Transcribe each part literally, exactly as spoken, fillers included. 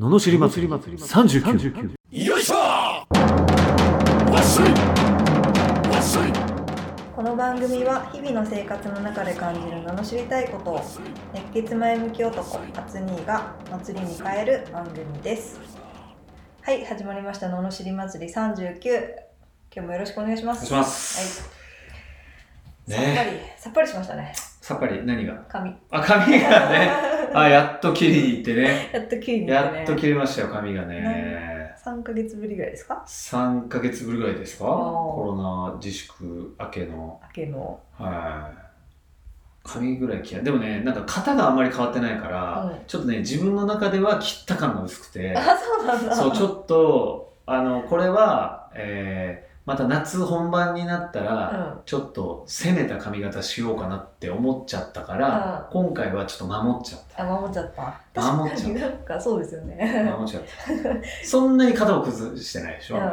ののしり祭りさんじゅうきゅう。 よいしょわっしょいわっしょい。 この番組は日々の生活の中で感じる名の知りたいことを熱血前向き男アツニーが祭りに変える番組です。はい、始まりましたののしり祭りさんじゅうきゅう。今日もよろしくお願いします。 お願いします。 はい。ね、さっぱりさっぱりしましたね。 さっぱり何が？ 髪。 あ、髪がね。あ、やっと切りに行ってね。 やっと切りに行ってね。 やっと切れましたよ、髪がね。 さんかげつぶりぐらいですか？ さんかげつぶりぐらいですか？コロナ自粛明けの。 明けの。 はい。髪ぐらい切らでもね、なんか型があんまり変わってないから、うん、ちょっとね、自分の中では切った感が薄くて。 あ、そうなんだ。 そう、ちょっと、あの、これは、えー、また夏本番になったら、うん、ちょっと攻めた髪型しようかなって思っちゃったから、うん、今回はちょっと守っちゃった。 あ、守っちゃった。 守っちゃった。 なんかそうですよね。 守っちゃった。そんなに型を崩してないでしょ。うんうん、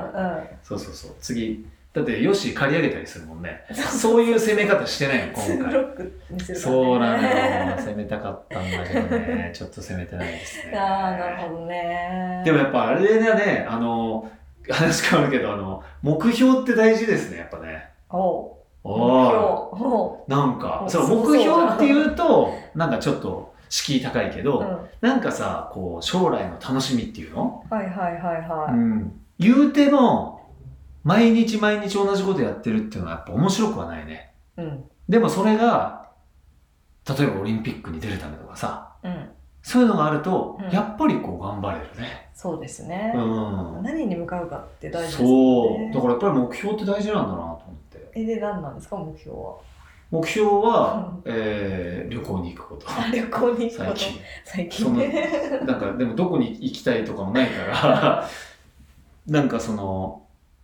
そうそうそう。次。だってよし刈り上げたりするもんね。そういう攻め方してないの今回。 ロックにするからね。そうなのよ。攻めたかったんだけどね。ちょっと攻めてないですね。 ああ、なるほどね。 でもやっぱあれだね、あの話変わるけど、あの目標って大事ですね、やっぱね。 おう。 おう。なんか、その目標っていうと、なんかちょっと敷居高いけど、うん、なんかさ、こう将来の楽しみっていうの？ はいはいはいはい。 うん。言うても。毎日毎日同じことやってるっていうのはやっぱ面白くはないね。うん、でもそれが例えばオリンピックに出るためとかさ、うん、そういうのがあると、うん、やっぱりこう頑張れるね。 そうですね、うん、何に向かうかって大事ですね。そうだからやっぱり目標って大事なんだなと思って。 えで何なんですか目標は？ 目標は、うんえー、旅行に行くこと。 旅行に行くこと。 最近。 最近ね。 なんかでもどこに行きたいとかもないからなんかその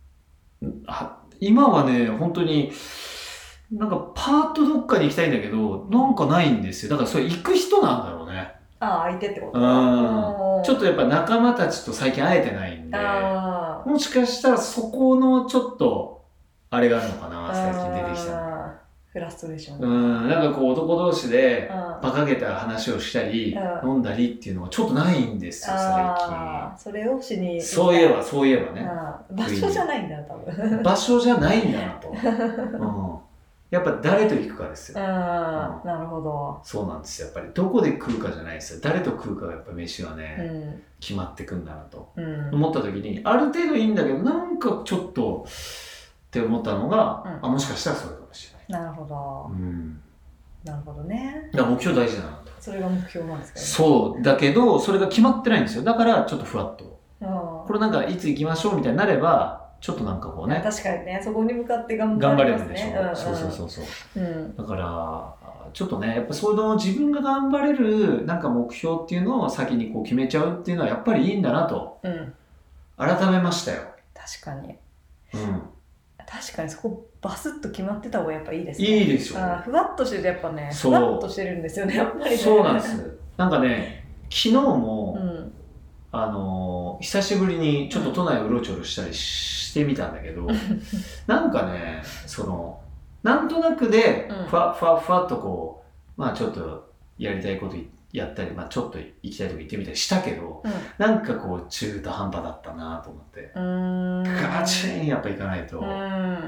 今はね、本当に、なんかパーッとどっかに行きたいんだけど、なんかないんですよ。だからそれ行く人なんだろうね。 ああ、相手ってこと？ うん。ちょっとやっぱ仲間たちと最近会えてないんで、もしかしたらそこのちょっと、あれがあるのかな、最近出てきたの。 フラストレーション。 うん、なんかこう男同士で馬鹿げた話をしたり、飲んだりっていうのがちょっとないんですよ、最近。 それをしに。 そういえば、そういえばね。 場所じゃないんだ、多分。 場所じゃないんだなと。うん、やっぱ誰と行くかですよ。 ああ、なるほど。 そうなんですよ。やっぱりどこで食うかじゃないですよ。誰と食うかがやっぱ飯はね、うん、決まってくんだなと、うん、思った時に、ある程度いいんだけど、なんかちょっとって思ったのが、うん、あ、もしかしたらそれかもしれない。 なるほど、うん、なるほどね。 だから目標大事だなと。 それが目標なんですかね。 そうだけどそれが決まってないんですよ。だからちょっとふわっと、これなんかいつ行きましょうみたいになればちょっとなんかこうね、 確かにね、そこに向かって頑張れますね。 頑張れるでしょ、うんうん、そうそうそうそう、うん、だからちょっとね、やっぱそういうの自分が頑張れるなんか目標っていうのを先にこう決めちゃうっていうのはやっぱりいいんだなと、うん、改めましたよ。 確かに、 うん、 確かにそこバスッと決まってた方がやっぱいいですね。 いいでしょ。 あ、ふわっとしててやっぱね、ふわっとしてるんですよね、やっぱりね。 そうなんです。なんかね、昨日も、うん、あのー、久しぶりにちょっと都内をうろちょろしたりしてみたんだけど、うん、なんかね、そのなんとなくでふわふわふわっとこう、まあちょっとやりたいことやったり、まあちょっと行きたいとこ行ってみたりしたけど、うん、なんかこう中途半端だったなと思って、うーん、ガチンやっぱ行かないと、うん、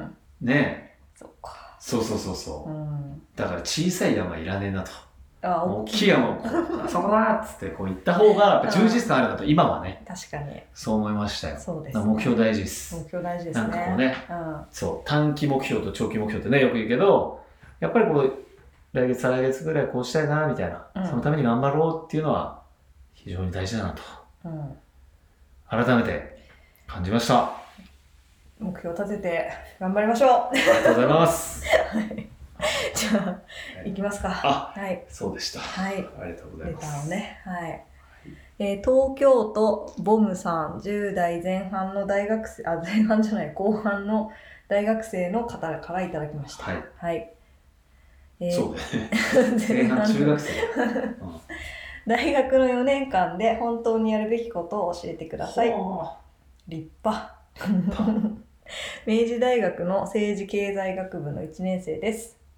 ねえ、 そっか、 そうそうそうそう、うん、だから小さい山いらねえなと。あ、大きい山をこうそこだっつってこう行った方がやっぱ充実感あるなと今はね。 確かに。 そう思いましたよ。 そうですね。 目標大事です。 目標大事ですね。 なんかこうね、うん、そう短期目標と長期目標ってねよく言うけど、やっぱりこう来月再来月ぐらいこうしたいなみたいな、うん、そのために頑張ろうっていうのは非常に大事だなと、うん、改めて感じました。 目標を立てて頑張りましょう。ありがとうございます。 はい、じゃあ、はい、いきますか。 あ、 はい、 そうでした。 はい、 ありがとうございます。 レターをね、はい。えー、東京都ボムさん、じゅう代前半の大学生、あ、前半じゃない、後半の大学生の方からいただきました。 はい。 はい、 えー、そうだね。前半中学生。うん、 大学のよねんかんで本当にやるべきことを教えてください。立派。明治大学の政治経済学部のいちねん生です。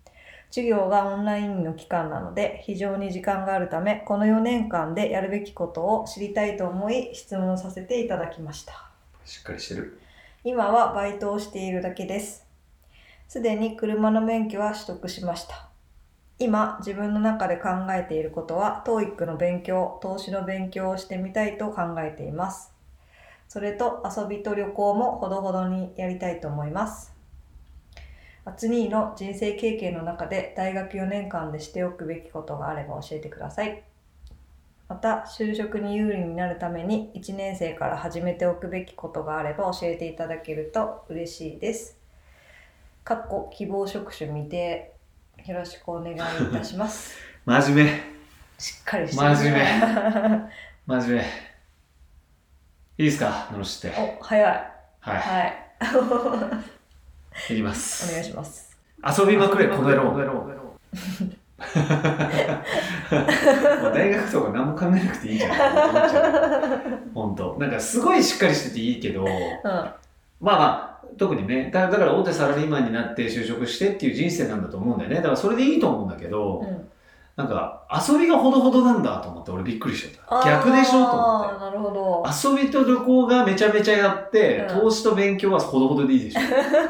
授業がオンラインの期間なので非常に時間があるため、このよねんかんでやるべきことを知りたいと思い質問させていただきました。 しっかりしてる。 今はバイトをしているだけです。すでに車の免許は取得しました。今自分の中で考えていることは トーイック の勉強、投資の勉強をしてみたいと考えています。それと遊びと旅行もほどほどにやりたいと思います。アツニーの人生経験の中で大学よねんかんでしておくべきことがあれば教えてください。また就職に有利になるためにいちねん生から始めておくべきことがあれば教えていただけると嬉しいです。かっこ希望職種未定。よろしくお願いいたします。 真面目。 しっかりしてる、ね。 真面目。真面目。いいですか、のろしって。 お、早い。 はい。 はい。 いきます。 お願いします。 遊びまくれ、この野郎。もう大学とか何も考えなくていいじゃん。本当。なんかすごいしっかりしてていいけど、うん、まあまあ、特にね、だから大手サラリーマンになって就職してっていう人生なんだと思うんだよね。だからそれでいいと思うんだけど、うん、なんか遊びがほどほどなんだと思って俺びっくりしちゃった。逆でしょと思って。 なるほど。 遊びと旅行がめちゃめちゃやって、うん、投資と勉強はほどほどでいいでしょ。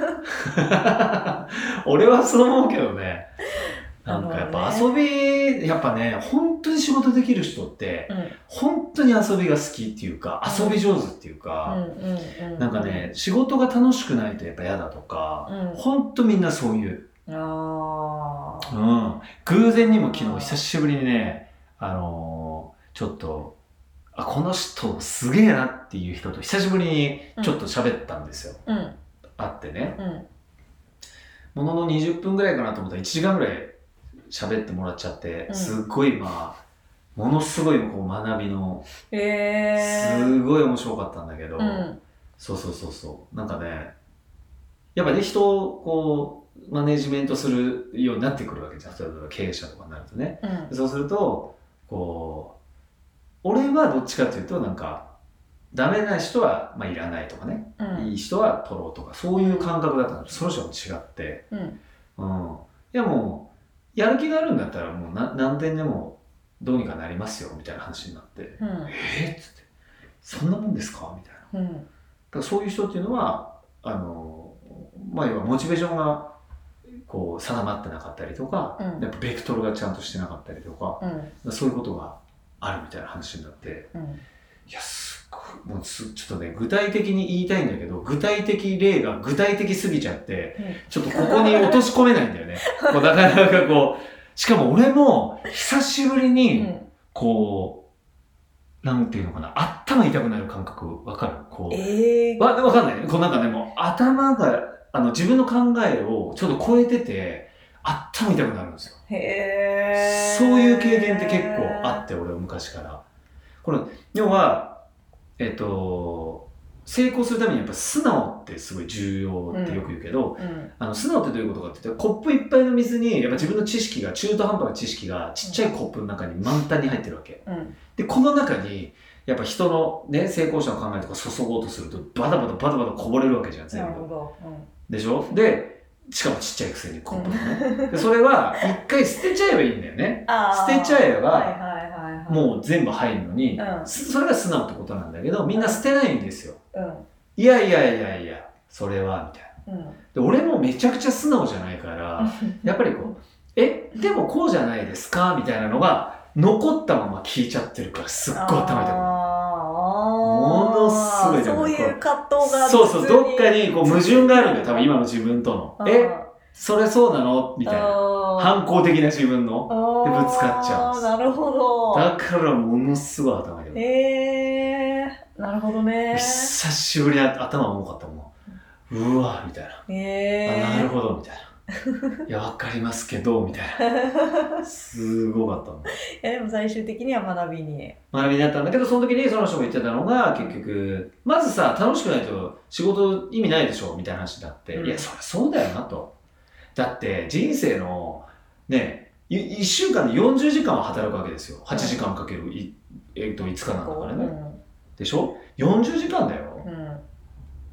俺はそう思うけどね。なんかやっぱ遊び、やっぱね、本当に仕事できる人って、うん、本当に遊びが好きっていうか、遊び上手っていうか、なんかね、仕事が楽しくないとやっぱ嫌だとか、うん、本当みんなそういう。あうん、偶然にも昨日久しぶりにね、あのー、ちょっと、あ、この人すげえなっていう人と久しぶりにちょっと喋ったんですよ。うん、会ってね。うん、もののにじゅっぷんぐらいかなと思ったらいちじかんぐらい喋ってもらっちゃって、うん、すっごいまあものすごいこう学びの、えー、すごい面白かったんだけど、うん、そうそうそうそうなんかねやっぱり、ね、人をこうマネジメントするようになってくるわけじゃん。例えば経営者とかになるとね、うん、そうするとこう俺はどっちかというとなんかダメな人はまあいらないとかね、うん、いい人は取ろうとかそういう感覚だったのとその人も違って、うんうん、いやもうやる気があるんだったらもうな何点でもどうにかなりますよみたいな話になって、うん、えーっつってそんなもんですかみたいな、うん、だからそういう人っていうのはあのまあ要はモチベーションがこう定まってなかったりとか、うん、やっぱベクトルがちゃんとしてなかったりとか、うん、そういうことがあるみたいな話になって、うん、いやすっごいもうちょっとね具体的に言いたいんだけど具体的例が具体的すぎちゃって、うん、ちょっとここに落とし込めないんだよねこうなかなかこうしかも俺も久しぶりにこう、うん、なんていうのかな頭痛くなる感覚わかるこう、えー、わ, わかんないこうなんかねもう頭があの自分の考えをちょっと超えてて頭痛くなるんですよ。へーそういう経験って結構あって俺は昔からこれ要はえっと成功するためにやっぱ素直ってすごい重要ってよく言うけど、うんうん、あの素直ってどういうことかって言ったらコップいっぱいの水にやっぱ自分の知識が中途半端な知識がちっちゃいコップの中に満タンに入ってるわけ、うん、でこの中にやっぱ人のね成功者の考えとか注ごうとするとバタバタバタバタこぼれるわけじゃん全部。なるほど、うん、でしょでしかもちっちゃいくせにコップのね、でそれは一回捨てちゃえばいいんだよね捨てちゃえば、はいはいはいはい、もう全部入るのに、うん、それが素直ってことなんだけどみんな捨てないんですよ、うん、いやいやいやいやそれはみたいな、うん、で俺もめちゃくちゃ素直じゃないからやっぱりこうえでもこうじゃないですかみたいなのが残ったまま聞いちゃってるからすっごい頭痛くなるものすごいそういう葛藤がそうそうどっかにこう矛盾があるんだよ多分今の自分とのえそれそうなのみたいな反抗的な自分のでぶつかっちゃうんです。 なるほどだからものすごい頭痛いえー、なるほどね久しぶりに頭重かったもんうわみたいな、えー、あなるほどみたいないやわかりますけどみたいなすごかったもんいやでも最終的には学びに学びになったんだけどその時にその人が言ってたのが結局まずさ楽しくないと仕事意味ないでしょみたいな話だって、うん、いやそりゃそうだよなとだって人生のねいっしゅうかんでよんじゅうじかんは働くわけですよはちじかんかけるい、えっといつかなんだからね、うん、でしょよんじゅうじかんだよ、うん、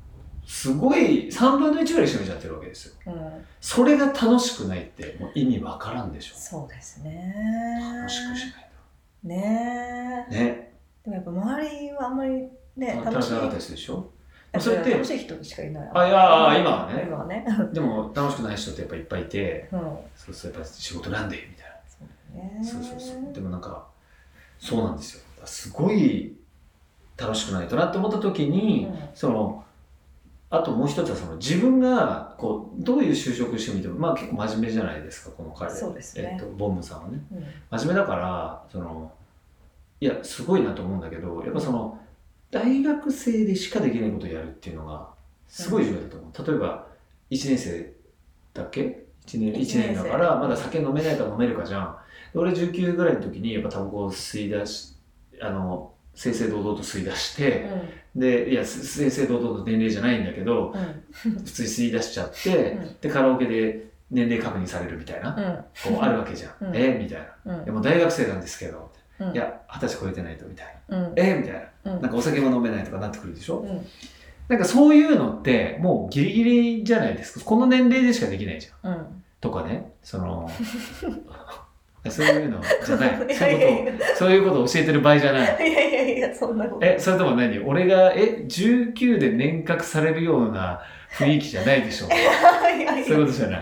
すごいさんぶんのいちぐらい占めちゃってるわけですよ、 うん、 それが楽しくないってもう意味わからんでしょ。 そうですね。 楽しくしないとねえ。 ね。 でもやっぱ周りはあんまりね、 楽しくなかったりするでしょ。 それって楽しい人しかいない。 あ、いや今はね。 今はね。 でも楽しくない人ってやっぱいっぱいいて、うん、そうするとやっぱ仕事なんでみたいな。そうね。そうそうそう。でもなんかそうなんですよ。すごい楽しくないとなって思った時に、うん、そのあともう一つはその自分がこうどういう就職してみてもまあ結構真面目じゃないですかこの彼。 そうですね。 えっとボンムさんはね、 うん、 真面目だからそのいやすごいなと思うんだけどやっぱその大学生でしかできないことをやるっていうのがすごい重要だと思う。うん、例えばいちねん生だっけいちねんいちねんだからまだ酒飲めないか飲めるかじゃん。俺じゅうきゅうぐらいの時にやっぱタバコを吸い出しあの正々堂々と吸い出して、うん、でいや正々堂々と年齢じゃないんだけど、うん、普通に吸い出しちゃって、うん、でカラオケで年齢確認されるみたいな、うん、こうあるわけじゃん、うん、えみたいな、うん、でも大学生なんですけど、うん、いや二十歳超えてないとみたいな、うん、えみたいな、うん、なんかお酒も飲めないとかなってくるでしょ、うん、なんかそういうのってもうギリギリじゃないですか。この年齢でしかできないじゃん、うん、とかねそのそういうのじゃないそういうことそういうことを教えてる場合じゃない。 いやいやいやそんなこと。 えそれとも何俺がえじゅうきゅうで年賀されるような雰囲気じゃないでしょう。そういうことじゃない。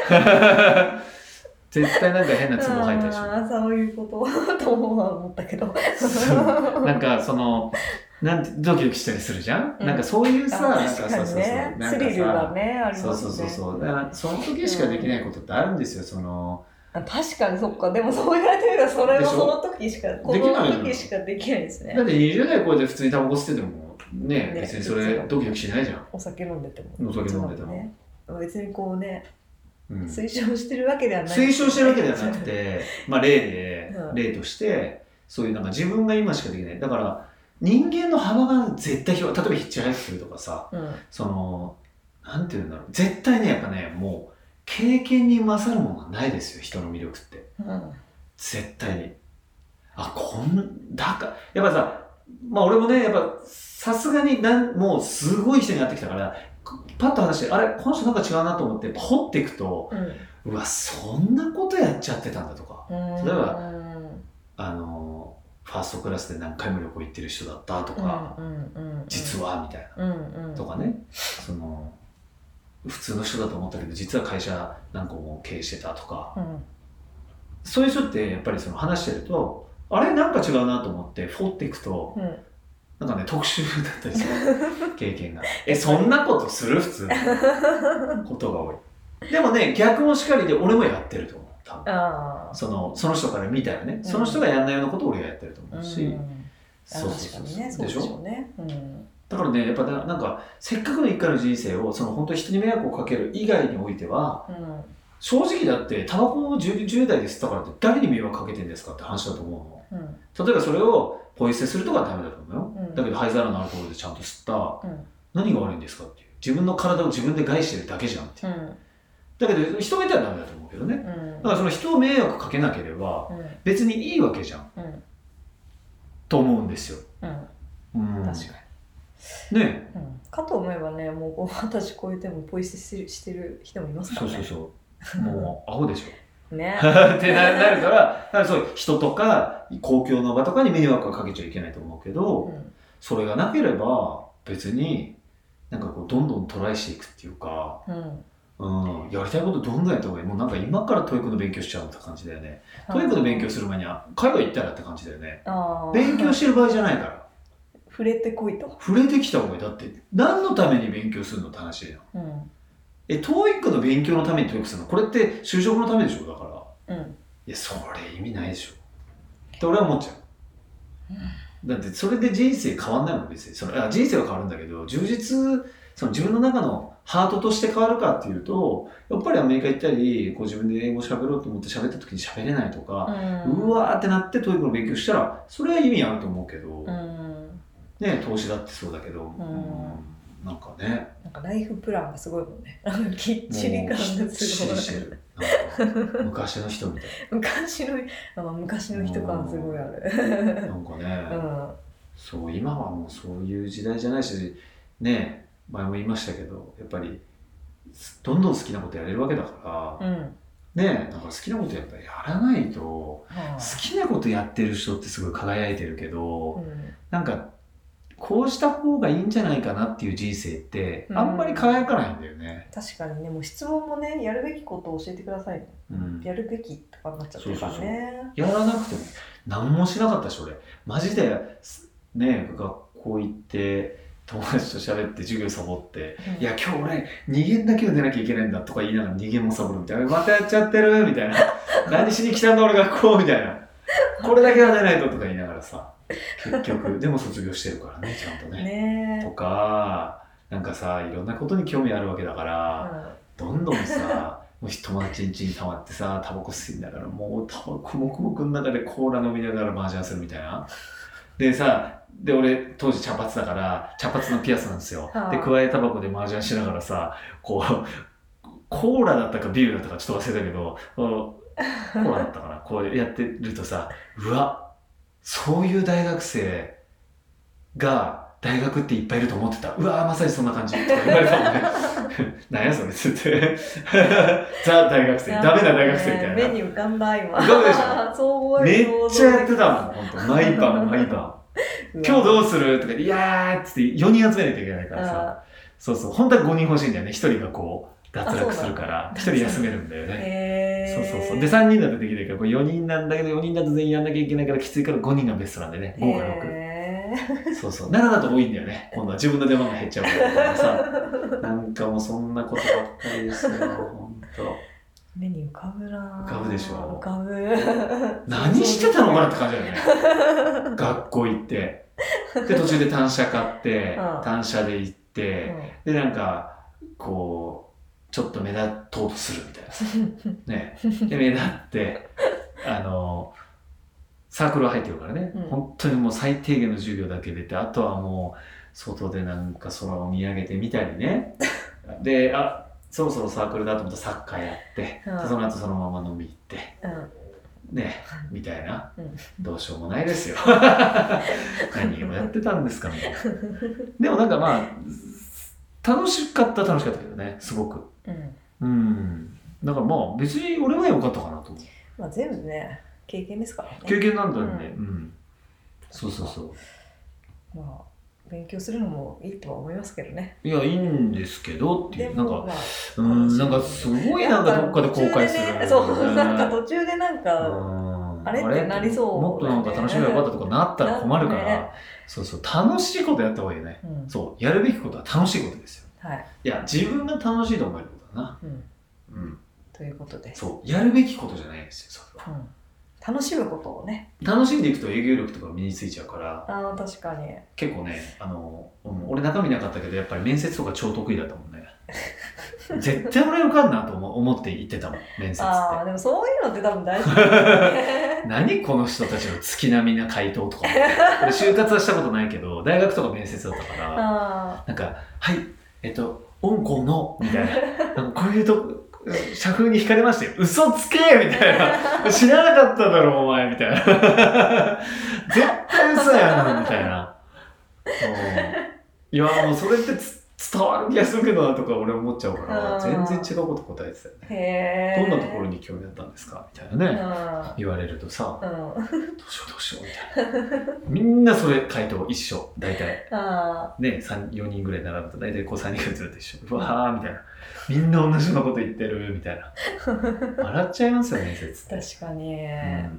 絶対なんか変なツボ入ったでしょ。 あそういうことと思ったけど。 なんかそのなんてドキドキしたりするじゃん、うん、なんかそういうさ、なんかそうそうそう、 ね、スリルがねありますね。 そうそうそうそうだからその時しかできないことってあるんですよ。その確かにそっか。でもそう言われてみればそれはその時しかこの時しかできないですね。 だってにじゅう代超えて普通にタバコ吸っててもね、ね別にそれドキドキしないじゃん。 お酒飲んでてもお酒飲んでても、ね、 別にこうね、うん、推奨してるわけではない。 推奨してるわけではなくてまあ例で、うん、例としてそういうなんか自分が今しかできない。だから人間の幅が絶対広い。例えばヒッチハイクするとかさ、うん、そのなんていうんだろう絶対ねやっぱねもう経験に勝るものはないですよ人の魅力って、うん、絶対に。あこんだかやっぱさまあ俺もねやっぱさすがになんもうすごい人になってきたからパッと話してあれこの人なんか違うなと思って掘っていくと、うん、うわそんなことやっちゃってたんだとか、例えばあのファーストクラスで何回も旅行行ってる人だったとか、うんうんうんうん、実はみたいな、うんうん、とかねその普通の人だと思ったけど実は会社何個も経営してたとか、うん、そういう人ってやっぱりその話してるとあれなんか違うなと思って掘っていくと、うん、なんかね特殊だったりする経験がえそんなことする普通のことが多い。でもね逆もしかりで俺もやってると思う多分あそのその人から見たらね、うん、その人がやんないようなことを俺がやってると思うし、うん、そうそうそう、ね、そうでしょうね、うんだからね、やっぱな、なんかせっかくの一回の人生をその本当に人に迷惑をかける以外においては、うん、正直だってタバコを 10, じゅう代で吸ったからって誰に迷惑かけてるんですかって話だと思うの、うん、例えばそれをポイ捨てするとかはダメだと思うよ、うん、だけど灰皿のアルコールでちゃんと吸った、うん、何が悪いんですかっていう自分の体を自分で害してるだけじゃんっていう、うん、だけど人がいたらダメだと思うけどね、うん、だからその人を迷惑かけなければ別にいいわけじゃん、うん、と思うんですよ、うんうん、確かにね、うん、かと思えばねもう二十歳超えてもポイ捨てしてる人もいますからね。そうそうそうもうアホでしょねってなるからだからそう人とか公共の場とかに迷惑はかけちゃいけないと思うけど、うん、それがなければ別になんかこうどんどんトライしていくっていうか、うんうん、やりたいことどんどんやった方がいい。もうなんか今からトイックの勉強しちゃうって感じだよね。トイックの勉強する前には海外行ったらって感じだよね。勉強してる場合じゃないから触れてこいと。触れてきた方がいい。だって何のために勉強するのって話じゃん、うん、え、トーイックの勉強のためにトーイックするのこれって就職のためでしょだから、うん、いやそれ意味ないでしょって俺は思っちゃう、うん、だってそれで人生変わんないもん別にそのあ人生は変わるんだけど充実その自分の中のハートとして変わるかっていうとやっぱりアメリカ行ったりこう自分で英語喋ろうと思って喋った時に喋れないとか、うん、うわーってなってトーイックの勉強したらそれは意味あると思うけど、うんね、投資だってそうだけど、うん、なんかねなんかライフプランがすごいもんねきっちり感がすごいしてる昔の人みたい昔の、まあ、昔の人感すごいあるなんかね、うん、そう今はもうそういう時代じゃないしね前も言いましたけどやっぱりどんどん好きなことやれるわけだから、 うんねえなんか好きなことやっぱりやらないと、 はあ、 好きなことやってる人ってすごい輝いてるけど、 うん、 なんかこうした方がいいんじゃないかなっていう人生ってあんまり輝かないんだよね、 確かにね、もう質問もね、やるべきことを教えてくださいね、 うん、 やるべきとかになっちゃってるからね。 やらなくても何もしなかったし俺マジでね学校行って友達と喋って授業サボって、うん、いや今日俺に限だけは出なきゃいけないんだとか言いながらに限もサボるみたいな、またやっちゃってるみたいな何しに来たんだ俺学校みたいな、これだけは出ないととか言いながらさ結局でも卒業してるからねちゃんとねねとかなんかさいろんなことに興味あるわけだから、うん、どんどんさもう友達ん家にたまってさタバコ吸いながらもうタバコもくもくの中でコーラ飲みながら麻雀するみたいなでさで俺当時茶髪だから茶髪のピアスなんですよ、はあ、で加えタバコで麻雀しながらさこうコーラだったかビールだったかちょっと忘れたけどコーラだったかなこうやってるとさうわそういう大学生が大学っていっぱいいると思ってた、うわまさにそんな感じとか言われたもんね何やそれっつってザ大学生ダメな大学生みたいな目に浮かんだ今浮かぶでしょそうめっちゃやってたもん本当毎晩毎晩今日どうするとかいやーっつってよにん集めないといけないからさそうそう本当はごにん欲しいんだよねひとりがこう脱落するからひとり休めるんだよねそうそうそうでさんにんだとできないからこれよにんなんだけどよにんだと全員やんなきゃいけないからきついからごにんがベストなんでねごかろくそうそうななだと多いんだよね今度は自分の出番が減っちゃうからさなんかもうそんなことばっかりですよ本当目に浮かぶな浮かぶでしょ浮かぶ何してたのかなって感じだよね学校行ってで途中で単車買って、うん、単車で行って、うん、でなんかこうちょっと目立とうとするみたいなねで目立ってあのサークルは入ってるからね、うん、本当にもう最低限の授業だけ出てあとはもう外でなんか空を見上げてみたりねであそろそろサークルだと思ったらサッカーやって、うん、その後そのまま飲み行って、うん、ねみたいな、うん、どうしようもないですよ何をやってたんですかみたいなでもなんかまあ楽しかった楽しかったけどねすごくうん、うん、だからまあ別に俺は良かったかなと思う、 まあ、全部ね経験ですからね経験なんだよね、うん、うん、そうそうそうまあ勉強するのもいいとは思いますけどねいやいいんですけどっていうなんか、まあ、うんなんかすごいなんかどっかで後悔する、 ね、そうなんか途中でなんかあれってなりそう、ね、 もっとなんか楽しみがよかったとかなったら困るから、ね、そうそう楽しいことやった方がいいよね、うん、そうやるべきことは楽しいことですよ、はい、いや自分が楽しいと思えることだな、うんうん、ということでそうやるべきことじゃないですよそれは、うん楽しむことをね楽しんでいくと営業力とか身についちゃうからあ確かに結構ねあの、うん、俺中身なかったけどやっぱり面接とか超得意だったもんね絶対俺受かんなと思って言ってたもん面接ってあでもそういうのって多分大事だね何この人たちの月並みな回答とか俺就活はしたことないけど大学とか面接だったからなんかはいえっと音工のみたいななんかこういうと社風に惹かれましたよ嘘つけみたいな知らなかっただろお前みたいな絶対嘘やんみたいな、うん、いやもうそれって伝わる気がするけどなとか俺思っちゃうから全然違うこと答えてたよねへどんなところに興味あったんですかみたいなね言われるとさ、うん、どうしようどうしようみたいなみんなそれ回答一緒大体ねよにんぐらい並ぶと大体こうさんにんぐらいずっと一緒うわーみたいなみんな同じようなこと言ってるみたいな笑っちゃいますよ面接って確かに、うん、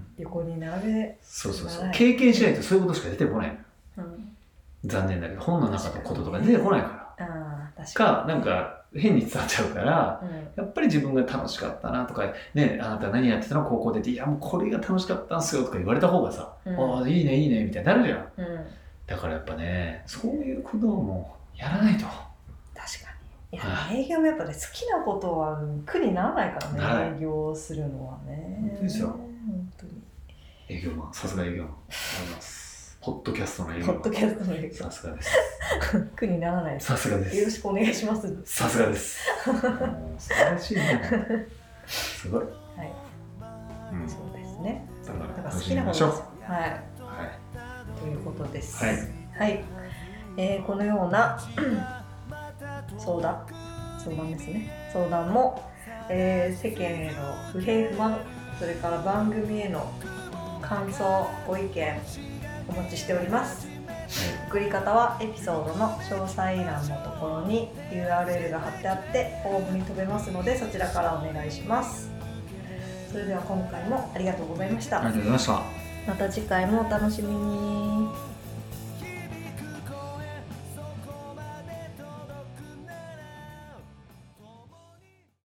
横に並べそうそうそう経験しないとそういうことしか出てこない、うん、残念だけど本の中のこととか出てこないからあ確か, かなんか変に伝わっちゃうから、うん、やっぱり自分が楽しかったなとかねあなた何やってたの高校でっていやもうこれが楽しかったんすよとか言われた方がさ、うん、ああいいねいいねみたいになるじゃん、うん、だからやっぱねそういうことをもうやらないと確かにいや、はい、営業もやっぱね好きなことは苦にならないからね、はい、営業するのはね本当ですよ本当に営業マンさすが営業マンありますポッドキャストの営業マンポッドキャストの営業さすがです苦にならないですさすがですよろしくお願いしますさすがですもう素晴らしいねすごいはい、 うん、そうですねだからだから好きなことですよはい、はい、ということですはい、 はいえー、このような相談相談ですね相談も、えー、世間への不平不満、それから番組への感想ご意見お待ちしております。送り方はエピソードの詳細欄のところに ユーアールエル が貼ってあってフォームに飛べますので、そちらからお願いします。それでは今回もありがとうございました。 ありがとうございました。 また次回もお楽しみに。